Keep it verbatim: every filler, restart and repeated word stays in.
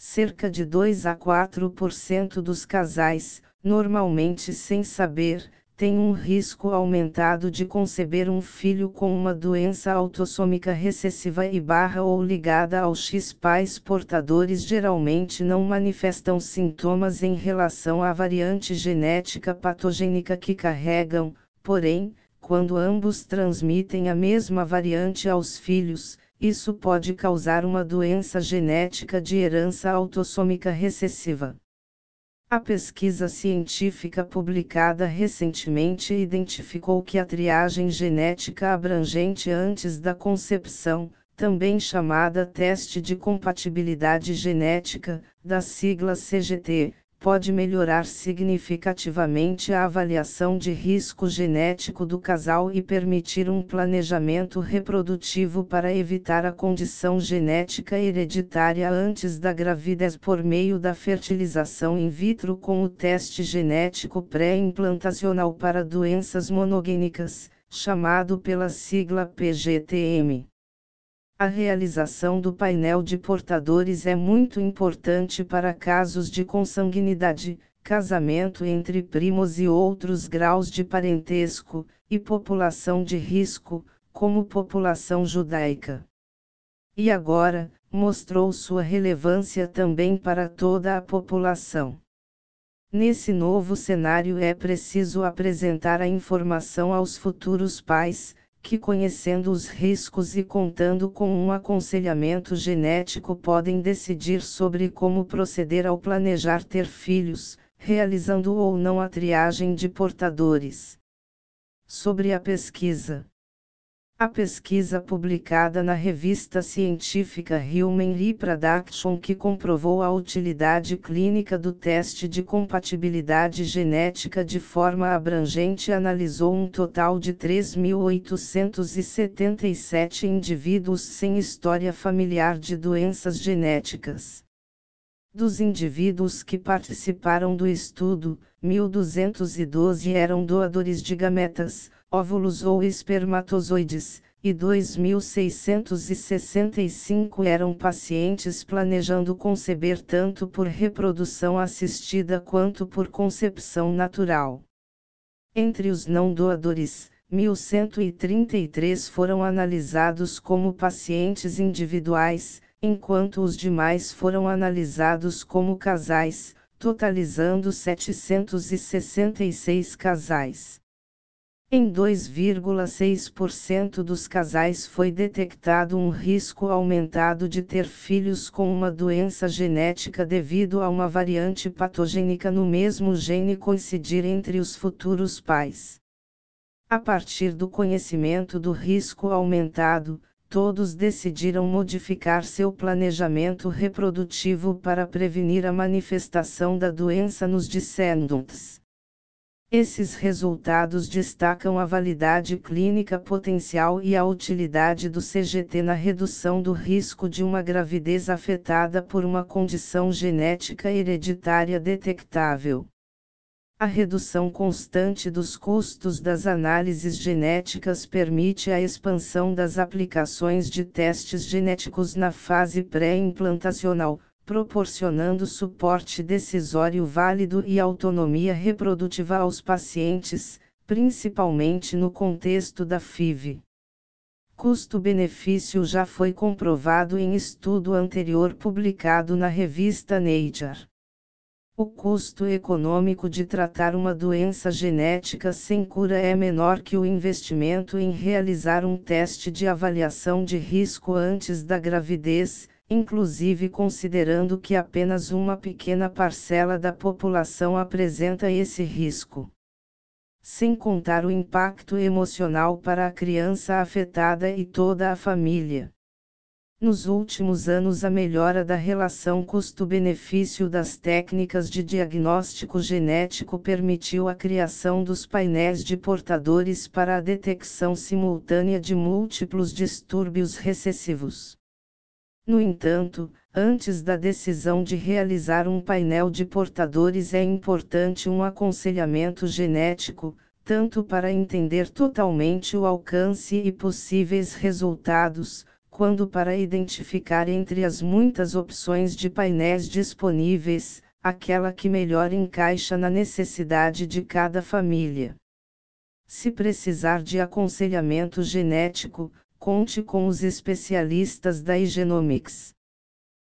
cerca de dois a quatro por cento dos casais, normalmente sem saber, têm um risco aumentado de conceber um filho com uma doença autossômica recessiva e barra ou ligada ao X. Pais portadores geralmente não manifestam sintomas em relação à variante genética patogênica que carregam, porém, quando ambos transmitem a mesma variante aos filhos, isso pode causar uma doença genética de herança autossômica recessiva. A pesquisa científica publicada recentemente identificou que a triagem genética abrangente antes da concepção, também chamada teste de compatibilidade genética, da sigla C G T, pode melhorar significativamente a avaliação de risco genético do casal e permitir um planejamento reprodutivo para evitar a condição genética hereditária antes da gravidez por meio da fertilização in vitro com o teste genético pré-implantacional para doenças monogênicas, chamado pela sigla P G T M. A realização do painel de portadores é muito importante para casos de consanguinidade, casamento entre primos e outros graus de parentesco, e população de risco, como população judaica. E agora, mostrou sua relevância também para toda a população. Nesse novo cenário é preciso apresentar a informação aos futuros pais, que conhecendo os riscos e contando com um aconselhamento genético podem decidir sobre como proceder ao planejar ter filhos, realizando ou não a triagem de portadores. Sobre a pesquisa. A pesquisa publicada na revista científica Human Reproduction que comprovou a utilidade clínica do teste de compatibilidade genética de forma abrangente analisou um total de três mil oitocentos e setenta e sete indivíduos sem história familiar de doenças genéticas. Dos indivíduos que participaram do estudo, mil duzentos e doze eram doadores de gametas, óvulos ou espermatozoides, e dois mil seiscentos e sessenta e cinco eram pacientes planejando conceber tanto por reprodução assistida quanto por concepção natural. Entre os não doadores, mil cento e trinta e três foram analisados como pacientes individuais, enquanto os demais foram analisados como casais, totalizando setecentos e sessenta e seis casais. Em dois vírgula seis por cento dos casais foi detectado um risco aumentado de ter filhos com uma doença genética devido a uma variante patogênica no mesmo gene coincidir entre os futuros pais. A partir do conhecimento do risco aumentado, todos decidiram modificar seu planejamento reprodutivo para prevenir a manifestação da doença nos descendentes. Esses resultados destacam a validade clínica potencial e a utilidade do C G T na redução do risco de uma gravidez afetada por uma condição genética hereditária detectável. A redução constante dos custos das análises genéticas permite a expansão das aplicações de testes genéticos na fase pré-implantacional, proporcionando suporte decisório válido e autonomia reprodutiva aos pacientes, principalmente no contexto da F I V. Custo-benefício já foi comprovado em estudo anterior publicado na revista Nature. O custo econômico de tratar uma doença genética sem cura é menor que o investimento em realizar um teste de avaliação de risco antes da gravidez, inclusive considerando que apenas uma pequena parcela da população apresenta esse risco. Sem contar o impacto emocional para a criança afetada e toda a família. Nos últimos anos, a melhora da relação custo-benefício das técnicas de diagnóstico genético permitiu a criação dos painéis de portadores para a detecção simultânea de múltiplos distúrbios recessivos. No entanto, antes da decisão de realizar um painel de portadores é importante um aconselhamento genético, tanto para entender totalmente o alcance e possíveis resultados, quando para identificar entre as muitas opções de painéis disponíveis, aquela que melhor encaixa na necessidade de cada família. Se precisar de aconselhamento genético, conte com os especialistas da Igenomics.